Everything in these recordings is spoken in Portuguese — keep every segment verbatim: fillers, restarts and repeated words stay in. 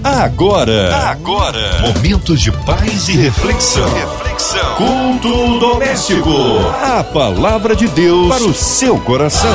Agora, agora, momentos de paz e reflexão. Reflexão. Culto doméstico. A palavra de Deus para o seu coração.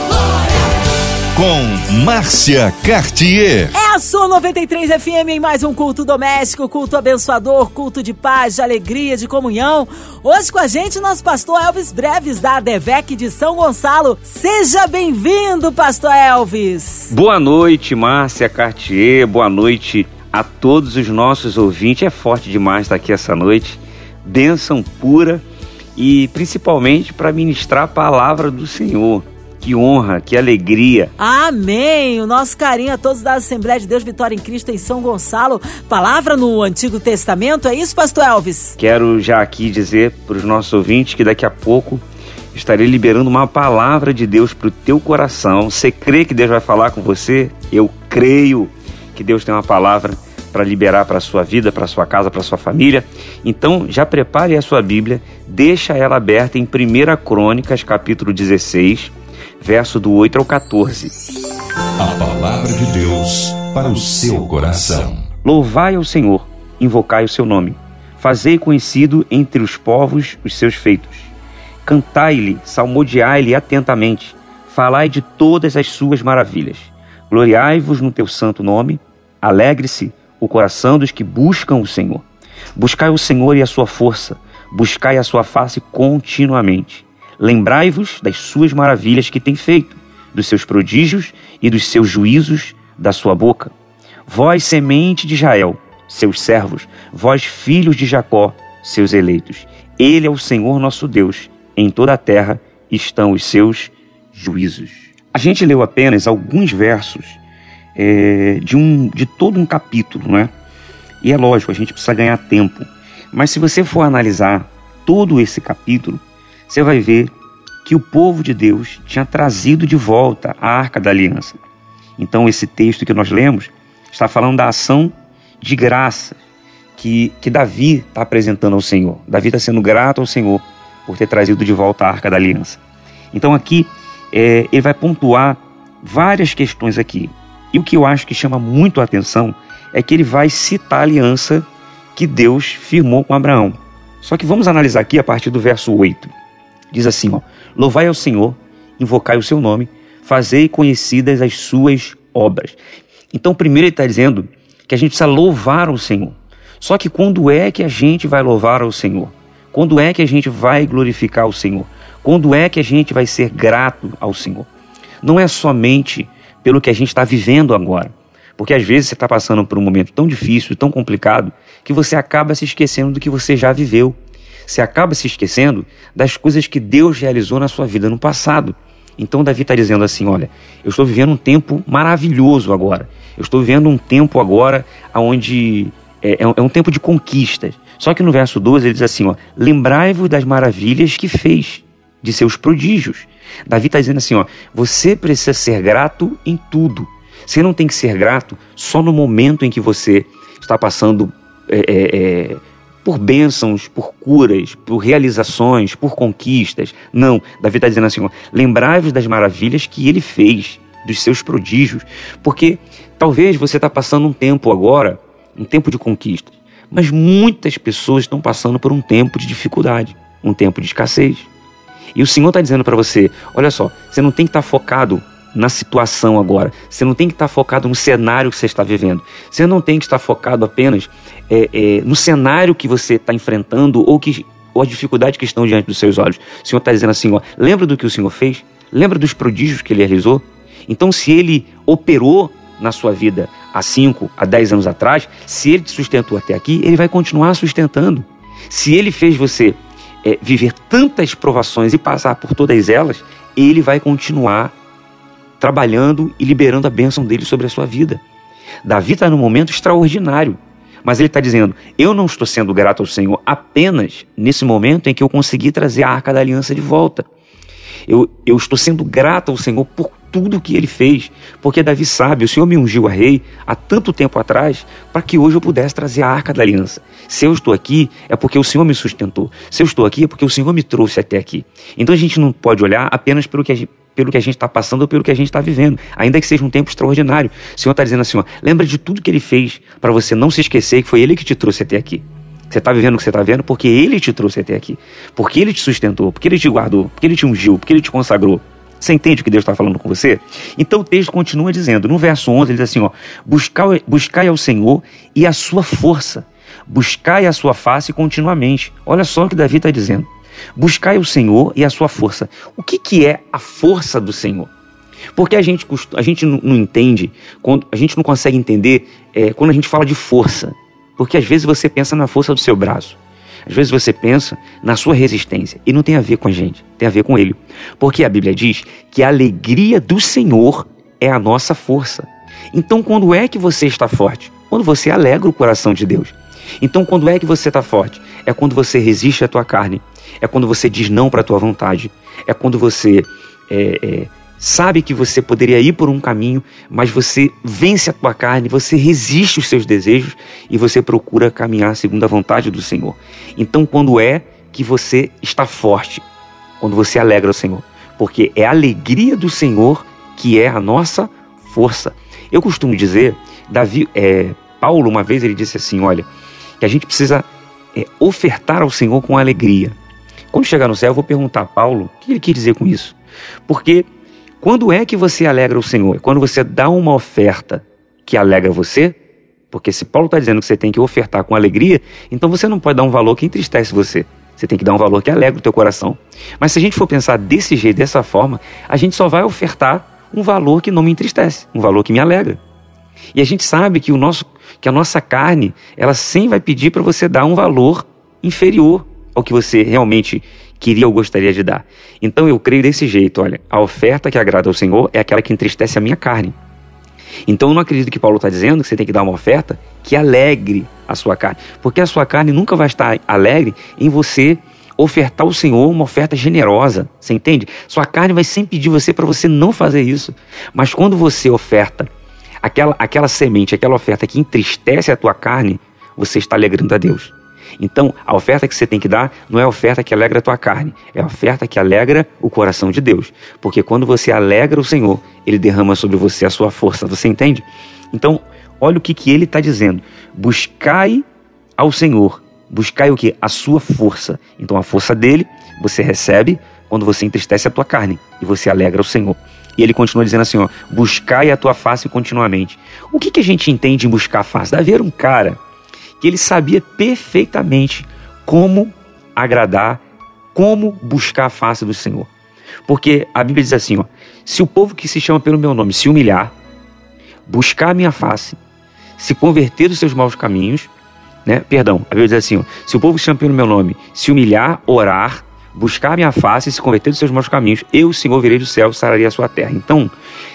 Com Márcia Cartier. É a sua noventa e três F M em mais um culto doméstico, culto abençoador, culto de paz, de alegria, de comunhão. Hoje com a gente nosso pastor Elvis Breves, da ADVEC de São Gonçalo. Seja bem-vindo, pastor Elvis. Boa noite, Márcia Cartier. Boa noite a todos os nossos ouvintes. É forte demais estar aqui essa noite. Bênção pura e principalmente para ministrar a palavra do Senhor. Que honra, que alegria. Amém. O nosso carinho a todos da Assembleia de Deus Vitória em Cristo em São Gonçalo. Palavra no Antigo Testamento, é isso, pastor Elvis? Quero já aqui dizer para os nossos ouvintes que daqui a pouco estarei liberando uma palavra de Deus para o teu coração. Você crê que Deus vai falar com você? Eu creio que Deus tem uma palavra para liberar para a sua vida, para a sua casa, para a sua família. Então já prepare a sua Bíblia, deixa ela aberta em primeira Crônicas, capítulo dezesseis, verso do oito ao quatorze. A palavra de Deus para o seu coração. Louvai ao Senhor, invocai o seu nome. Fazei conhecido entre os povos os seus feitos. Cantai-lhe, salmodiai-lhe atentamente. Falai de todas as suas maravilhas. Gloriai-vos no teu santo nome. Alegre-se o coração dos que buscam o Senhor. Buscai o Senhor e a sua força. Buscai a sua face continuamente. Lembrai-vos das suas maravilhas que tem feito, dos seus prodígios e dos seus juízos da sua boca. Vós, semente de Israel, seus servos, vós, filhos de Jacó, seus eleitos. Ele é o Senhor nosso Deus, em toda a terra estão os seus juízos. A gente leu apenas alguns versos é, de, um, de todo um capítulo, não é? E é lógico, a gente precisa ganhar tempo. Mas se você for analisar todo esse capítulo, você vai ver que o povo de Deus tinha trazido de volta a Arca da Aliança. Então esse texto que nós lemos está falando da ação de graça que, que Davi está apresentando ao Senhor. Davi está sendo grato ao Senhor por ter trazido de volta a Arca da Aliança. Então aqui é, ele vai pontuar várias questões aqui. E o que eu acho que chama muito a atenção é que ele vai citar a aliança que Deus firmou com Abraão. Só que vamos analisar aqui a partir do verso oito. Diz assim, ó, louvai ao Senhor, invocai o seu nome, fazei conhecidas as suas obras. Então, primeiro ele está dizendo que a gente precisa louvar ao Senhor. Só que quando é que a gente vai louvar ao Senhor? Quando é que a gente vai glorificar o Senhor? Quando é que a gente vai ser grato ao Senhor? Não é somente pelo que a gente está vivendo agora. Porque às vezes você está passando por um momento tão difícil, tão complicado, que você acaba se esquecendo do que você já viveu. Você acaba se esquecendo das coisas que Deus realizou na sua vida no passado. Então Davi está dizendo assim, olha, eu estou vivendo um tempo maravilhoso agora. Eu estou vivendo um tempo agora onde é, é um tempo de conquistas. Só que no verso doze ele diz assim, ó, lembrai-vos das maravilhas que fez, de seus prodígios. Davi está dizendo assim, ó, você precisa ser grato em tudo. Você não tem que ser grato só no momento em que você está passando é, é, por bênçãos, por curas, por realizações, por conquistas. Não, Davi está dizendo assim, ó, lembrai-vos das maravilhas que ele fez, dos seus prodígios, porque talvez você está passando um tempo agora, um tempo de conquistas, mas muitas pessoas estão passando por um tempo de dificuldade, um tempo de escassez. E o Senhor está dizendo para você, olha só, você não tem que estar focado na situação agora, você não tem que estar focado no cenário que você está vivendo, você não tem que estar focado apenas é, é, no cenário que você está enfrentando ou, que, ou a dificuldade que estão diante dos seus olhos. O Senhor está dizendo assim, ó, lembra do que o Senhor fez? Lembra dos prodígios que Ele realizou? Então se Ele operou na sua vida há cinco, há dez anos atrás, se Ele te sustentou até aqui, Ele vai continuar sustentando. Se Ele fez você é, viver tantas provações e passar por todas elas, Ele vai continuar trabalhando e liberando a bênção dele sobre a sua vida. Davi está num momento extraordinário, mas ele está dizendo, eu não estou sendo grato ao Senhor apenas nesse momento em que eu consegui trazer a Arca da Aliança de volta. Eu, eu estou sendo grato ao Senhor por tudo que Ele fez, porque Davi sabe, o Senhor me ungiu a rei há tanto tempo atrás, para que hoje eu pudesse trazer a Arca da Aliança. Se eu estou aqui, é porque o Senhor me sustentou. Se eu estou aqui, é porque o Senhor me trouxe até aqui. Então a gente não pode olhar apenas pelo que a gente, pelo que a gente está passando ou pelo que a gente está vivendo, ainda que seja um tempo extraordinário. O Senhor está dizendo assim, ó, lembra de tudo que Ele fez para você não se esquecer que foi Ele que te trouxe até aqui. Você está vivendo o que você está vendo porque Ele te trouxe até aqui, porque Ele te sustentou, porque Ele te guardou, porque Ele te ungiu, porque Ele te consagrou. Você entende o que Deus está falando com você? Então o texto continua dizendo, no verso onze, ele diz assim, ó, buscai, buscai ao Senhor e a sua força, buscai a sua face continuamente. Olha só o que Davi está dizendo. Buscai o Senhor e a sua força. O que, que é a força do Senhor? Porque a gente, a gente não, não entende, quando, a gente não consegue entender é, quando a gente fala de força. Porque às vezes você pensa na força do seu braço. Às vezes você pensa na sua resistência. E não tem a ver com a gente, tem a ver com Ele. Porque a Bíblia diz que a alegria do Senhor é a nossa força. Então quando é que você está forte? Quando você alegra o coração de Deus. Então quando é que você está forte? É quando você resiste à tua carne. É quando você diz não para a tua vontade. É quando você é, é, sabe que você poderia ir por um caminho, mas você vence a tua carne, você resiste os seus desejos e você procura caminhar segundo a vontade do Senhor. Então quando é que você está forte? Quando você alegra o Senhor. Porque é a alegria do Senhor que é a nossa força. Eu costumo dizer, Davi, é, Paulo uma vez ele disse assim, olha, que a gente precisa é, ofertar ao Senhor com alegria. Quando chegar no céu eu vou perguntar a Paulo, o que ele quer dizer com isso? Porque quando é que você alegra o Senhor? Quando você dá uma oferta que alegra você? Porque se Paulo está dizendo que você tem que ofertar com alegria, então você não pode dar um valor que entristece você. Você tem que dar um valor que alegra o teu coração. Mas se a gente for pensar desse jeito, dessa forma, a gente só vai ofertar um valor que não me entristece, um valor que me alegra. E a gente sabe que, o nosso, que a nossa carne, ela sempre vai pedir para você dar um valor inferior ao que você realmente queria ou gostaria de dar. Então eu creio desse jeito, olha, a oferta que agrada ao Senhor é aquela que entristece a minha carne. Então eu não acredito que Paulo está dizendo que você tem que dar uma oferta que alegre a sua carne, porque a sua carne nunca vai estar alegre em você ofertar ao Senhor uma oferta generosa, você entende? Sua carne vai sempre pedir você para você não fazer isso, mas quando você oferta aquela, aquela semente, aquela oferta que entristece a tua carne, você está alegrando a Deus. Então, a oferta que você tem que dar não é a oferta que alegra a tua carne, é a oferta que alegra o coração de Deus. Porque quando você alegra o Senhor, Ele derrama sobre você a sua força, você entende? Então, olha o que, que Ele está dizendo. Buscai ao Senhor, buscai o que? A sua força. Então, a força dEle você recebe quando você entristece a tua carne e você alegra o Senhor. E Ele continua dizendo assim, ó, buscai a tua face continuamente. O que, que a gente entende em buscar a face? Deve haver um cara que ele sabia perfeitamente como agradar, como buscar a face do Senhor. Porque a Bíblia diz assim, ó, se o povo que se chama pelo meu nome se humilhar, buscar a minha face, se converter dos seus maus caminhos, né? Perdão, a Bíblia diz assim, ó, se o povo que se chama pelo meu nome se humilhar, orar, buscar a minha face e se converter dos seus maus caminhos, eu, o Senhor, virei do céu e sararei a sua terra. Então,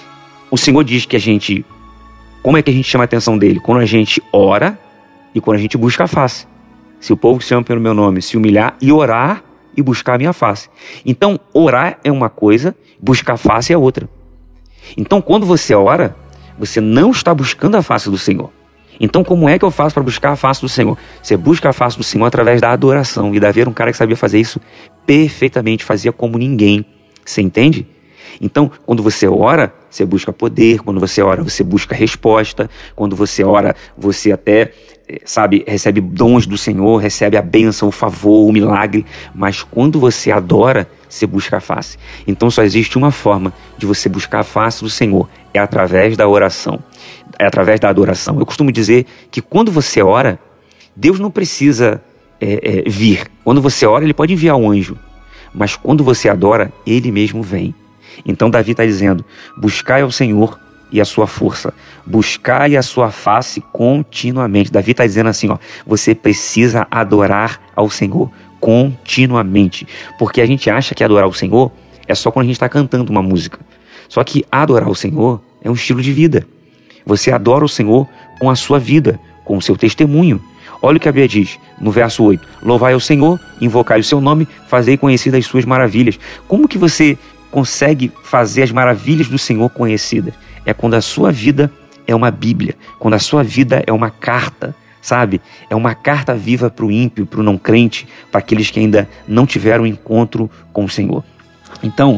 o Senhor diz que a gente, como é que a gente chama a atenção dele? Quando a gente ora, e quando a gente busca a face. Se o povo que se chama pelo meu nome se humilhar e orar e buscar a minha face. Então, orar é uma coisa, buscar a face é outra. Então, quando você ora, você não está buscando a face do Senhor. Então, como é que eu faço para buscar a face do Senhor? Você busca a face do Senhor através da adoração. E Davi era um cara que sabia fazer isso perfeitamente, fazia como ninguém. Você entende? Então, quando você ora, você busca poder. Quando você ora, você busca resposta. Quando você ora, você até, sabe, recebe dons do Senhor, recebe a bênção, o favor, o milagre. Mas quando você adora, você busca a face. Então só existe uma forma de você buscar a face do Senhor. É através da oração. É através da adoração. Eu costumo dizer que quando você ora, Deus não precisa é, é, vir. Quando você ora, Ele pode enviar um anjo. Mas quando você adora, Ele mesmo vem. Então Davi está dizendo, buscai ao Senhor e a sua força, buscai a sua face continuamente. Davi está dizendo assim, ó, você precisa adorar ao Senhor continuamente, porque a gente acha que adorar o Senhor é só quando a gente está cantando uma música. Só que adorar o Senhor é um estilo de vida. Você adora o Senhor com a sua vida, com o seu testemunho. Olha o que a Bíblia diz no verso oito, louvai ao Senhor, invocai o seu nome, fazei conhecidas as suas maravilhas. Como que você consegue fazer as maravilhas do Senhor conhecidas? É quando a sua vida é uma Bíblia, quando a sua vida é uma carta, sabe? É uma carta viva para o ímpio, para o não crente, para aqueles que ainda não tiveram encontro com o Senhor. Então,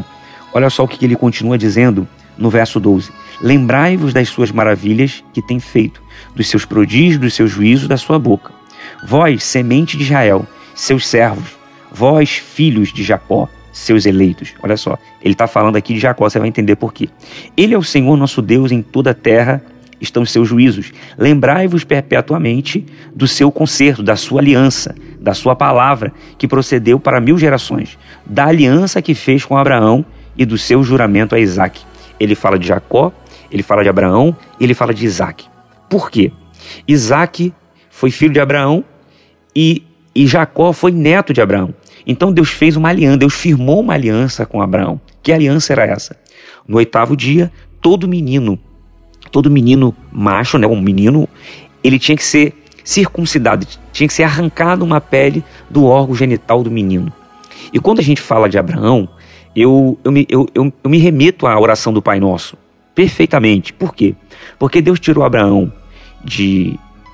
Olha só o que ele continua dizendo no verso doze. Lembrai-vos das suas maravilhas que tem feito, dos seus prodígios, dos seus juízos, da sua boca. Vós, semente de Israel, seus servos, vós, filhos de Jacó, seus eleitos. Olha só, ele está falando aqui de Jacó, você vai entender por quê. Ele é o Senhor nosso Deus, em toda a terra estão os seus juízos. Lembrai-vos perpetuamente do seu concerto, da sua aliança, da sua palavra, que procedeu para mil gerações, da aliança que fez com Abraão e do seu juramento a Isaque. Ele fala de Jacó, ele fala de Abraão, ele fala de Isaque. Por quê? Isaque foi filho de Abraão e, e Jacó foi neto de Abraão. Então Deus fez uma aliança, Deus firmou uma aliança com Abraão. Que aliança era essa? No oitavo dia, todo menino, todo menino macho, né, um menino, ele tinha que ser circuncidado, tinha que ser arrancado uma pele do órgão genital do menino. E quando a gente fala de Abraão, eu, eu, me, eu, eu, eu me remeto à oração do Pai Nosso, perfeitamente. Por quê? Porque Deus tirou Abraão de,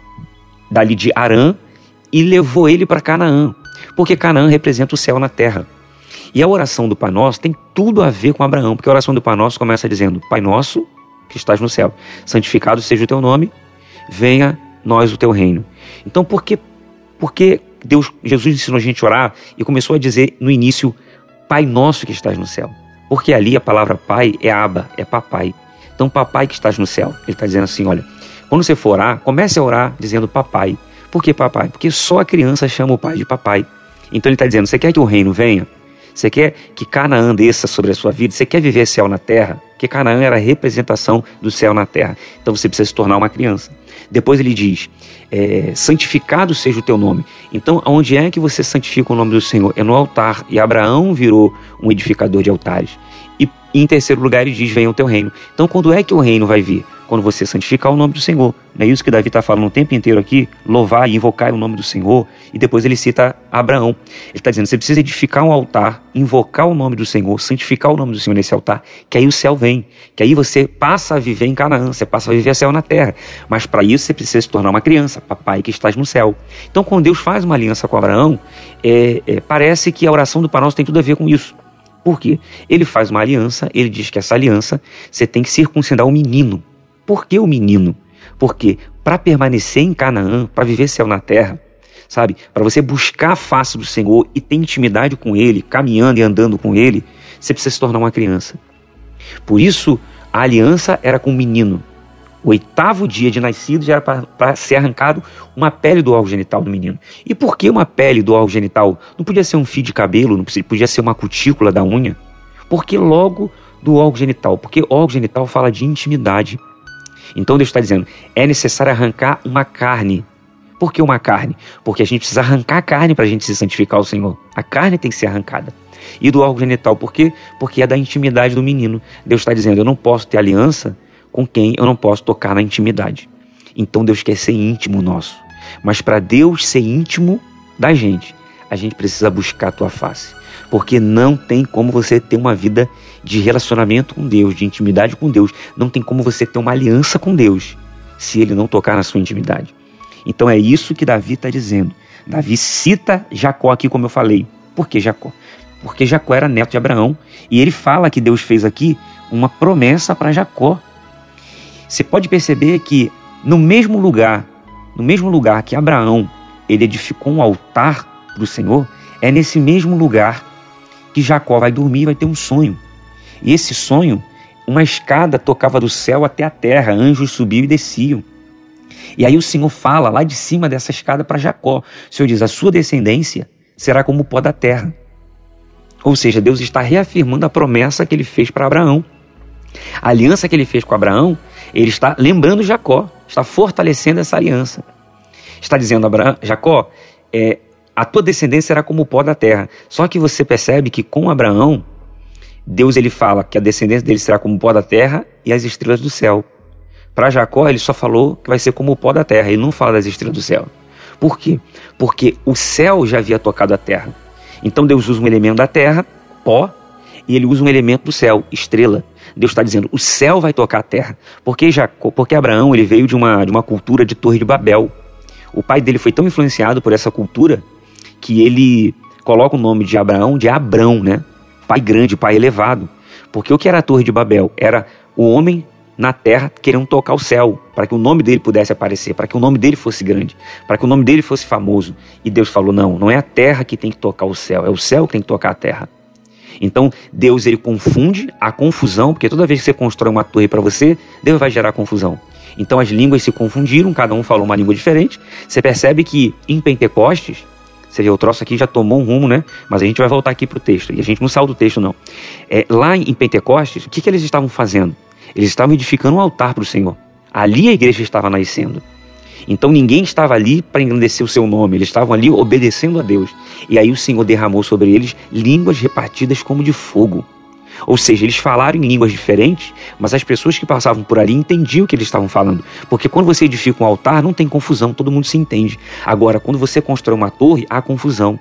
dali de Harã e levou ele para Canaã, porque Canaã representa o céu na terra. E a oração do Pai Nosso tem tudo a ver com Abraão, porque a oração do Pai Nosso começa dizendo: Pai Nosso que estás no céu, santificado seja o teu nome, venha nós o teu reino. Então por que, por que Deus, Jesus ensinou a gente a orar e começou a dizer no início, Pai Nosso que estás no céu? Porque ali a palavra Pai é Abba, é papai. Então papai que estás no céu. Ele está dizendo assim, olha, quando você for orar, comece a orar dizendo papai. Por que papai? Porque só a criança chama o pai de papai. Então ele está dizendo, você quer que o reino venha? Você quer que Canaã desça sobre a sua vida? Você quer viver céu na terra? Porque Canaã era a representação do céu na terra. Então você precisa se tornar uma criança. Depois ele diz, é, santificado seja o teu nome. Então onde é que você santifica o nome do Senhor? É no altar. E Abraão virou um edificador de altares. E em terceiro lugar ele diz, venha o teu reino. Então quando é que o reino vai vir? Quando você santificar o nome do Senhor. Não é isso que Davi está falando o tempo inteiro aqui? Louvar e invocar o nome do Senhor. E depois ele cita Abraão. Ele está dizendo, você precisa edificar um altar, invocar o nome do Senhor, santificar o nome do Senhor nesse altar, que aí o céu vem. Que aí você passa a viver em Canaã, você passa a viver céu na terra. Mas para isso você precisa se tornar uma criança, papai que estás no céu. Então quando Deus faz uma aliança com Abraão, é, é, parece que a oração do Pai Nosso tem tudo a ver com isso. Por quê? Ele faz uma aliança, ele diz que essa aliança, você tem que circuncidar o menino. Por que o menino? Porque para permanecer em Canaã, para viver céu na terra, sabe? Para você buscar a face do Senhor e ter intimidade com Ele, caminhando e andando com Ele, você precisa se tornar uma criança. Por isso, a aliança era com o menino. O oitavo dia de nascido já era para ser arrancado uma pele do órgão genital do menino. E por que uma pele do órgão genital? Não podia ser um fio de cabelo, não podia ser uma cutícula da unha? Porque logo do órgão genital? Porque órgão genital fala de intimidade. Então Deus está dizendo, é necessário arrancar uma carne. Por que uma carne? Porque a gente precisa arrancar a carne para a gente se santificar ao Senhor. A carne tem que ser arrancada. E do órgão genital, por quê? Porque é da intimidade do menino. Deus está dizendo, eu não posso ter aliança com quem eu não posso tocar na intimidade. Então Deus quer ser íntimo nosso. Mas para Deus ser íntimo da gente, a gente precisa buscar a tua face. Porque não tem como você ter uma vida de relacionamento com Deus, de intimidade com Deus. Não tem como você ter uma aliança com Deus se Ele não tocar na sua intimidade. Então é isso que Davi está dizendo. Davi cita Jacó aqui, como eu falei. Por que Jacó? Porque Jacó era neto de Abraão. E ele fala que Deus fez aqui uma promessa para Jacó. Você pode perceber que no mesmo lugar, no mesmo lugar que Abraão ele edificou um altar para o Senhor, é nesse mesmo lugar que Jacó vai dormir e vai ter um sonho. E esse sonho, uma escada tocava do céu até a terra, anjos subiam e desciam. E aí o Senhor fala lá de cima dessa escada para Jacó. O Senhor diz, a sua descendência será como o pó da terra. Ou seja, Deus está reafirmando a promessa que Ele fez para Abraão. A aliança que Ele fez com Abraão, Ele está lembrando Jacó, está fortalecendo essa aliança. Está dizendo, Abraão, Jacó, é, a tua descendência será como o pó da terra. Só que você percebe que com Abraão, Deus ele fala que a descendência dele será como o pó da terra e as estrelas do céu. Para Jacó, ele só falou que vai ser como o pó da terra. Ele não fala das estrelas do céu. Por quê? Porque o céu já havia tocado a terra. Então Deus usa um elemento da terra, pó, e ele usa um elemento do céu, estrela. Deus está dizendo, o céu vai tocar a terra. Porque, Jacó, porque Abraão ele veio de uma, de uma cultura de Torre de Babel. O pai dele foi tão influenciado por essa cultura que ele coloca o nome de Abraão de Abrão, né? Pai grande, pai elevado. Porque o que era a Torre de Babel? Era o homem na terra querendo tocar o céu, para que o nome dele pudesse aparecer, para que o nome dele fosse grande, para que o nome dele fosse famoso. E Deus falou, não, não é a terra que tem que tocar o céu, é o céu que tem que tocar a terra. Então Deus, ele confunde a confusão, porque toda vez que você constrói uma torre para você, Deus vai gerar confusão. Então as línguas se confundiram, cada um falou uma língua diferente. Você percebe que em Pentecostes, você vê, o troço aqui já tomou um rumo, né? Mas a gente vai voltar aqui para o texto, e a gente não saiu do texto não. É, lá em Pentecostes, o que, que eles estavam fazendo? Eles estavam edificando um altar para o Senhor. Ali a igreja estava nascendo. Então ninguém estava ali para engrandecer o seu nome. Eles estavam ali obedecendo a Deus. E aí o Senhor derramou sobre eles línguas repartidas como de fogo. Ou seja, eles falaram em línguas diferentes, mas as pessoas que passavam por ali entendiam o que eles estavam falando. Porque quando você edifica um altar, não tem confusão, todo mundo se entende. Agora, quando você constrói uma torre, há confusão.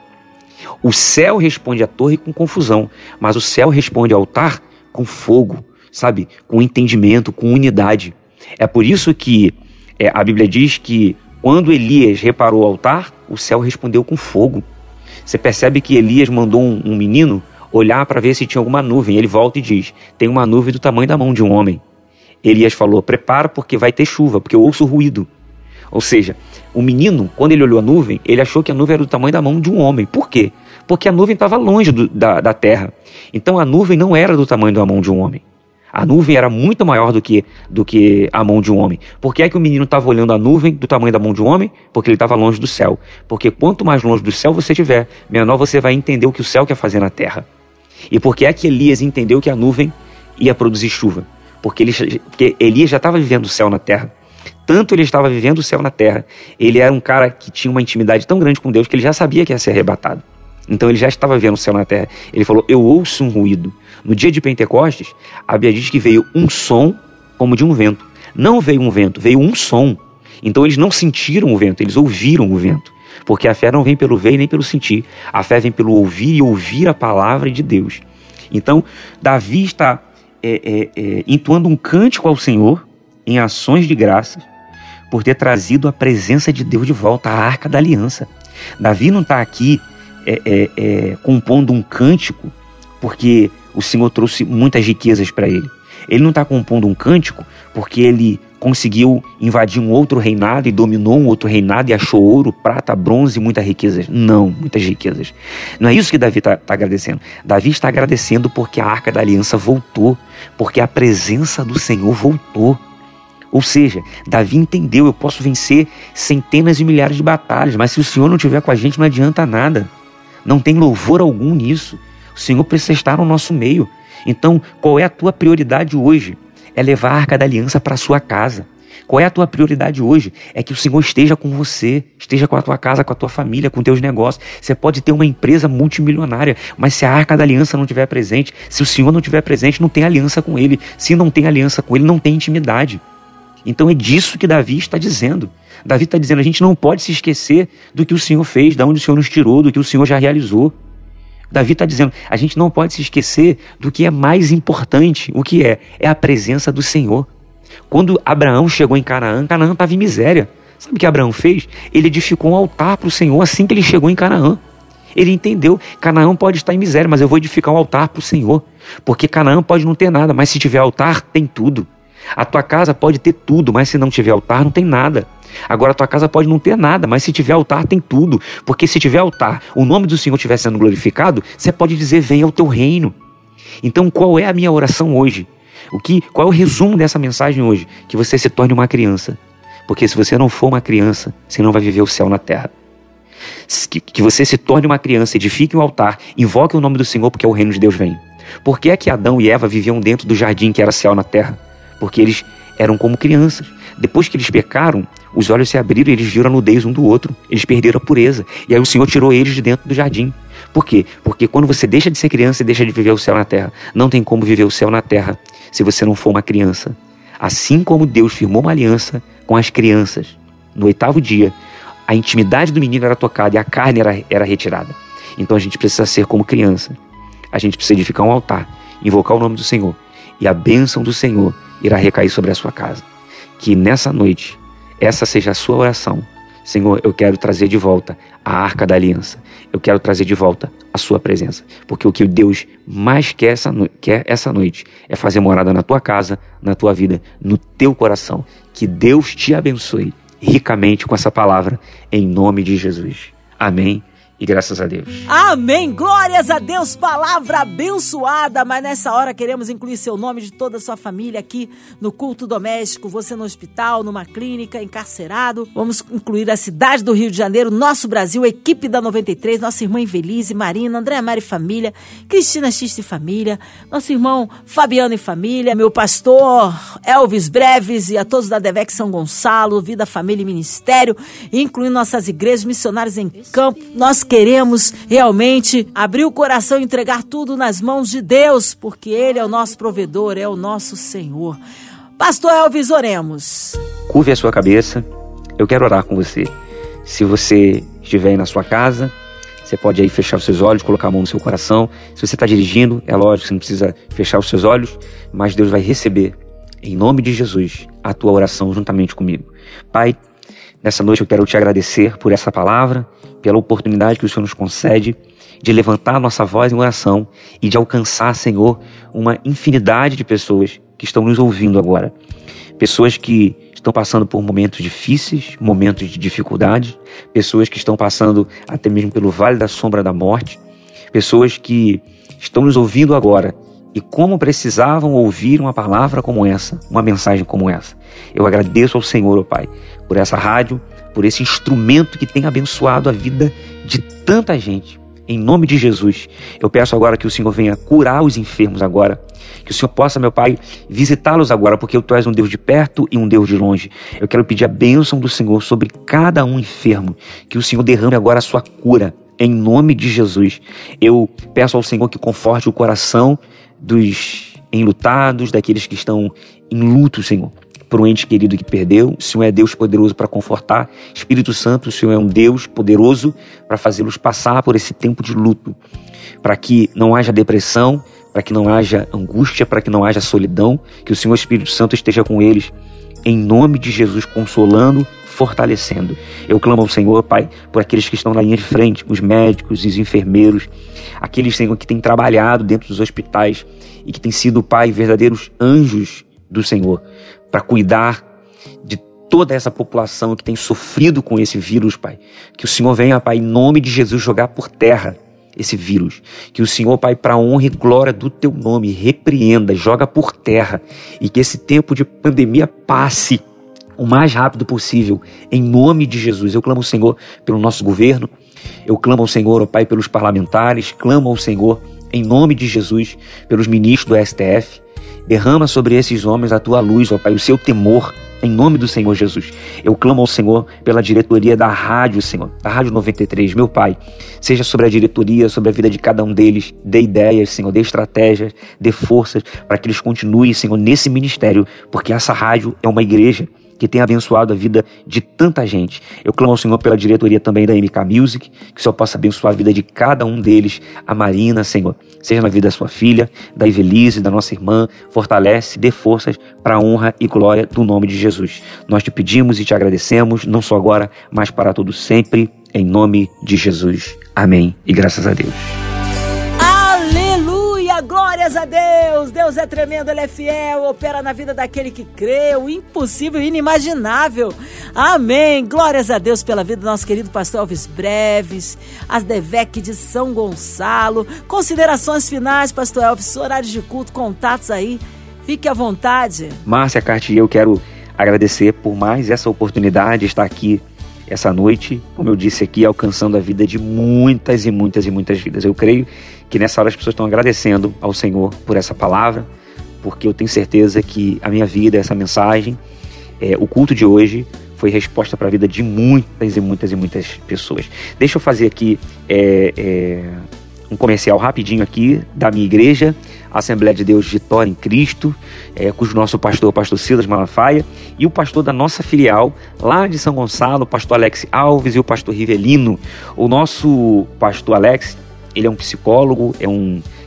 O céu responde à torre com confusão, mas o céu responde ao altar com fogo. Sabe, com entendimento, com unidade. É por isso que é, a Bíblia diz que quando Elias reparou o altar, o céu respondeu com fogo. Você percebe que Elias mandou um, um menino olhar para ver se tinha alguma nuvem. Ele volta e diz, tem uma nuvem do tamanho da mão de um homem. Elias falou, prepara porque vai ter chuva, porque eu ouço ruído. Ou seja, o menino, quando ele olhou a nuvem, ele achou que a nuvem era do tamanho da mão de um homem. Por quê? Porque a nuvem estava longe do, da, da terra. Então a nuvem não era do tamanho da mão de um homem. A nuvem era muito maior do que, do que a mão de um homem. Por que é que o menino estava olhando a nuvem do tamanho da mão de um homem? Porque ele estava longe do céu. Porque quanto mais longe do céu você estiver, menor você vai entender o que o céu quer fazer na terra. E por que é que Elias entendeu que a nuvem ia produzir chuva? Porque, ele, porque Elias já estava vivendo o céu na terra. Tanto ele estava vivendo o céu na terra, ele era um cara que tinha uma intimidade tão grande com Deus que ele já sabia que ia ser arrebatado. Então ele já estava vendo o céu na terra. Ele falou, eu ouço um ruído. No dia de Pentecostes, a Bíblia diz que veio um som como de um vento. Não veio um vento, veio um som. Então eles não sentiram o vento, eles ouviram o vento. Porque a fé não vem pelo ver e nem pelo sentir. A fé vem pelo ouvir e ouvir a palavra de Deus. Então, Davi está é, é, é, entoando um cântico ao Senhor em ações de graças por ter trazido a presença de Deus de volta, a Arca da Aliança. Davi não está aqui É, é, é, compondo um cântico porque o Senhor trouxe muitas riquezas para ele. Ele não está compondo um cântico porque ele conseguiu invadir um outro reinado e dominou um outro reinado e achou ouro, prata, bronze e muitas riquezas. Não, muitas riquezas. Não é isso que Davi está tá agradecendo. Davi está agradecendo porque a Arca da Aliança voltou, porque a presença do Senhor voltou. Ou seja, Davi entendeu, eu posso vencer centenas e milhares de batalhas, mas se o Senhor não estiver com a gente não adianta nada. Não tem louvor algum nisso. O Senhor precisa estar no nosso meio. Então, qual é a tua prioridade hoje? É levar a Arca da Aliança para a sua casa. Qual é a tua prioridade hoje? É que o Senhor esteja com você, esteja com a tua casa, com a tua família, com teus negócios. Você pode ter uma empresa multimilionária, mas se a Arca da Aliança não estiver presente, se o Senhor não estiver presente, não tem aliança com Ele. Se não tem aliança com Ele, não tem intimidade. Então é disso que Davi está dizendo. Davi está dizendo, a gente não pode se esquecer do que o Senhor fez, de onde o Senhor nos tirou, do que o Senhor já realizou. Davi está dizendo, a gente não pode se esquecer do que é mais importante. O que é? É a presença do Senhor. Quando Abraão chegou em Canaã, Canaã estava em miséria. Sabe o que Abraão fez? Ele edificou um altar para o Senhor assim que ele chegou em Canaã. Ele entendeu, Canaã pode estar em miséria, mas eu vou edificar um altar para o Senhor. Porque Canaã pode não ter nada, mas se tiver altar, tem tudo. A tua casa pode ter tudo, mas se não tiver altar, não tem nada. Agora a tua casa pode não ter nada, mas se tiver altar, tem tudo. Porque se tiver altar, o nome do Senhor estiver sendo glorificado, você pode dizer, venha ao teu reino. Então qual é a minha oração hoje? O que, qual é o resumo dessa mensagem hoje? Que você se torne uma criança. Porque se você não for uma criança, você não vai viver o céu na terra. Que, que você se torne uma criança, edifique um altar, invoque o nome do Senhor, porque o reino de Deus vem. Por que é que Adão e Eva viviam dentro do jardim que era céu na terra? Porque eles eram como crianças. Depois que eles pecaram, os olhos se abriram e eles viram a nudez um do outro. Eles perderam a pureza. E aí o Senhor tirou eles de dentro do jardim. Por quê? Porque quando você deixa de ser criança e deixa de viver o céu na terra, não tem como viver o céu na terra se você não for uma criança. Assim como Deus firmou uma aliança com as crianças, no oitavo dia, a intimidade do menino era tocada e a carne era, era retirada. Então a gente precisa ser como criança. A gente precisa edificar um altar, invocar o nome do Senhor. E a bênção do Senhor irá recair sobre a sua casa. Que nessa noite, essa seja a sua oração. Senhor, eu quero trazer de volta a Arca da Aliança. Eu quero trazer de volta a sua presença. Porque o que Deus mais quer essa, no... quer essa noite é fazer morada na tua casa, na tua vida, no teu coração. Que Deus te abençoe ricamente com essa palavra, em nome de Jesus. Amém. E graças a Deus. Amém, glórias a Deus, palavra abençoada. Mas nessa hora queremos incluir seu nome, de toda a sua família aqui no culto doméstico. Você no hospital, numa clínica, encarcerado. Vamos incluir a cidade do Rio de Janeiro, nosso Brasil, a equipe da noventa e três, nossa irmã Invelise, Marina, Andréa Mari e família, Cristina Xiste e família, nosso irmão Fabiano e família, meu pastor Elvis Breves e a todos da Devec São Gonçalo, Vida, Família e Ministério, incluindo nossas igrejas, missionários em campo. Nós queremos realmente abrir o coração e entregar tudo nas mãos de Deus, porque Ele é o nosso provedor, é o nosso Senhor. Pastor Elvis, oremos. Curve a sua cabeça, eu quero orar com você. Se você estiver aí na sua casa, você pode aí fechar os seus olhos, colocar a mão no seu coração. Se você está dirigindo, é lógico, você não precisa fechar os seus olhos, mas Deus vai receber, em nome de Jesus, a tua oração juntamente comigo. Pai, nessa noite eu quero te agradecer por essa palavra, pela oportunidade que o Senhor nos concede de levantar a nossa voz em oração e de alcançar, Senhor, uma infinidade de pessoas que estão nos ouvindo agora. Pessoas que estão passando por momentos difíceis, momentos de dificuldade, pessoas que estão passando até mesmo pelo vale da sombra da morte, pessoas que estão nos ouvindo agora e como precisavam ouvir uma palavra como essa, uma mensagem como essa. Eu agradeço ao Senhor, ó Pai, por essa rádio, por esse instrumento que tem abençoado a vida de tanta gente. Em nome de Jesus, eu peço agora que o Senhor venha curar os enfermos agora, que o Senhor possa, meu Pai, visitá-los agora, porque Tu és um Deus de perto e um Deus de longe. Eu quero pedir a bênção do Senhor sobre cada um enfermo, que o Senhor derrame agora a sua cura, em nome de Jesus. Eu peço ao Senhor que conforte o coração dos enlutados, daqueles que estão em luto, Senhor, por um ente querido que perdeu. O Senhor é Deus poderoso para confortar. Espírito Santo, o Senhor é um Deus poderoso para fazê-los passar por esse tempo de luto, para que não haja depressão, para que não haja angústia, para que não haja solidão. Que o Senhor Espírito Santo esteja com eles, em nome de Jesus, consolando, fortalecendo. Eu clamo ao Senhor, Pai, por aqueles que estão na linha de frente, os médicos, os enfermeiros, aqueles, Senhor, que têm trabalhado dentro dos hospitais e que têm sido, Pai, verdadeiros anjos do Senhor, para cuidar de toda essa população que tem sofrido com esse vírus, Pai. Que o Senhor venha, Pai, em nome de Jesus, jogar por terra esse vírus. Que o Senhor, Pai, para a honra e glória do Teu nome, repreenda, joga por terra, e que esse tempo de pandemia passe o mais rápido possível, em nome de Jesus. Eu clamo ao Senhor pelo nosso governo, eu clamo ao Senhor, ó Pai, pelos parlamentares, clamo ao Senhor, em nome de Jesus, pelos ministros do S T F. Derrama sobre esses homens a Tua luz, ó Pai, o Seu temor, em nome do Senhor Jesus. Eu clamo ao Senhor pela diretoria da rádio, Senhor, da Rádio noventa e três, meu Pai, seja sobre a diretoria, sobre a vida de cada um deles, dê ideias, Senhor, dê estratégias, dê forças, para que eles continuem, Senhor, nesse ministério, porque essa rádio é uma igreja que tem abençoado a vida de tanta gente. Eu clamo ao Senhor pela diretoria também da M K Music, que o Senhor possa abençoar a vida de cada um deles, a Marina, Senhor, seja na vida da sua filha, da Invelise, da nossa irmã, fortalece, dê forças para a honra e glória do nome de Jesus. Nós te pedimos e te agradecemos, não só agora, mas para todo sempre, em nome de Jesus. Amém. E graças a Deus. Glórias a Deus, Deus é tremendo, Ele é fiel, opera na vida daquele que crê, o impossível e inimaginável. Amém, glórias a Deus pela vida do nosso querido pastor Elvis Breves, as Devec de São Gonçalo. Considerações finais, pastor Elvis, horários de culto, contatos aí, fique à vontade. Márcia Cartier, eu quero agradecer por mais essa oportunidade de estar aqui essa noite, como eu disse aqui, alcançando a vida de muitas e muitas e muitas vidas. Eu creio que nessa hora as pessoas estão agradecendo ao Senhor por essa palavra, porque eu tenho certeza que a minha vida, essa mensagem, é, o culto de hoje foi resposta para a vida de muitas e muitas e muitas pessoas. Deixa eu fazer aqui é, é, um comercial rapidinho aqui da minha igreja, Assembleia de Deus Vitória em Cristo, é, cujo nosso pastor, o pastor Silas Malafaia, e o pastor da nossa filial, lá de São Gonçalo, o pastor Alex Alves e o pastor Rivelino. O nosso pastor Alex, ele é um psicólogo, é um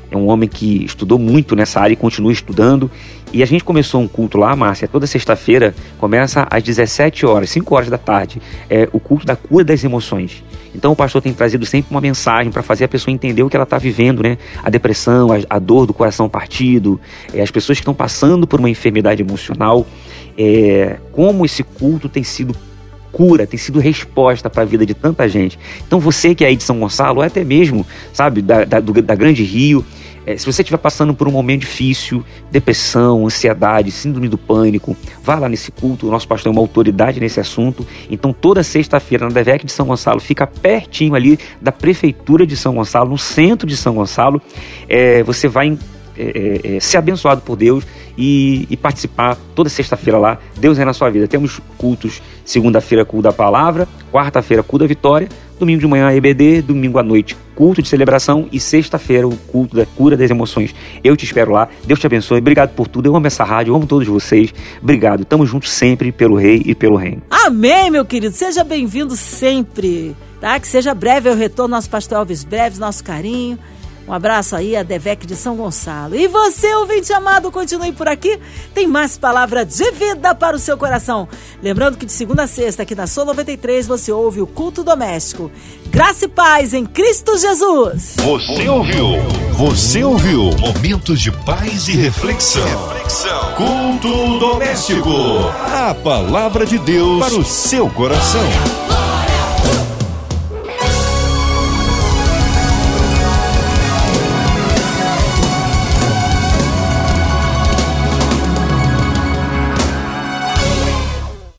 é um homem que estudou muito nessa área e continua estudando. E a gente começou um culto lá, Márcia, toda sexta-feira, começa às dezessete horas, cinco horas da tarde, é o culto da cura das emoções. Então o pastor tem trazido sempre uma mensagem para fazer a pessoa entender o que ela está vivendo, né? A depressão, a, a dor do coração partido, é, as pessoas que estão passando por uma enfermidade emocional, é, como esse culto tem sido cura, tem sido resposta para a vida de tanta gente. Então você que é aí de São Gonçalo, ou até mesmo, sabe, da, da, do, da Grande Rio, é, se você estiver passando por um momento difícil, depressão, ansiedade, síndrome do pânico, vá lá nesse culto. O nosso pastor é uma autoridade nesse assunto. Então toda sexta-feira na D V E C de São Gonçalo, fica pertinho ali da Prefeitura de São Gonçalo, no centro de São Gonçalo. É, você vai É, é, ser abençoado por Deus e, e participar toda sexta-feira lá. Deus é na sua vida. Temos cultos, segunda-feira culto da palavra, quarta-feira culto da vitória, domingo de manhã E B D, domingo à noite culto de celebração e sexta-feira o culto da cura das emoções. Eu te espero lá. Deus te abençoe. Obrigado por tudo. Eu amo essa rádio, eu amo todos vocês. Obrigado. Tamo juntos sempre pelo Rei e pelo Reino. Amém, meu querido. Seja bem-vindo sempre, tá? Que seja breve o retorno, nosso pastor Elvis Breves, nosso carinho. Um abraço aí a D V E C de São Gonçalo. E você, ouvinte amado, continue por aqui. Tem mais palavra de vida para o seu coração. Lembrando que de segunda a sexta, aqui na Sol noventa e três, você ouve o Culto Doméstico. Graça e paz em Cristo Jesus. Você ouviu? Você ouviu? Momentos de paz e reflexão. reflexão. Culto Doméstico. A palavra de Deus para o seu coração.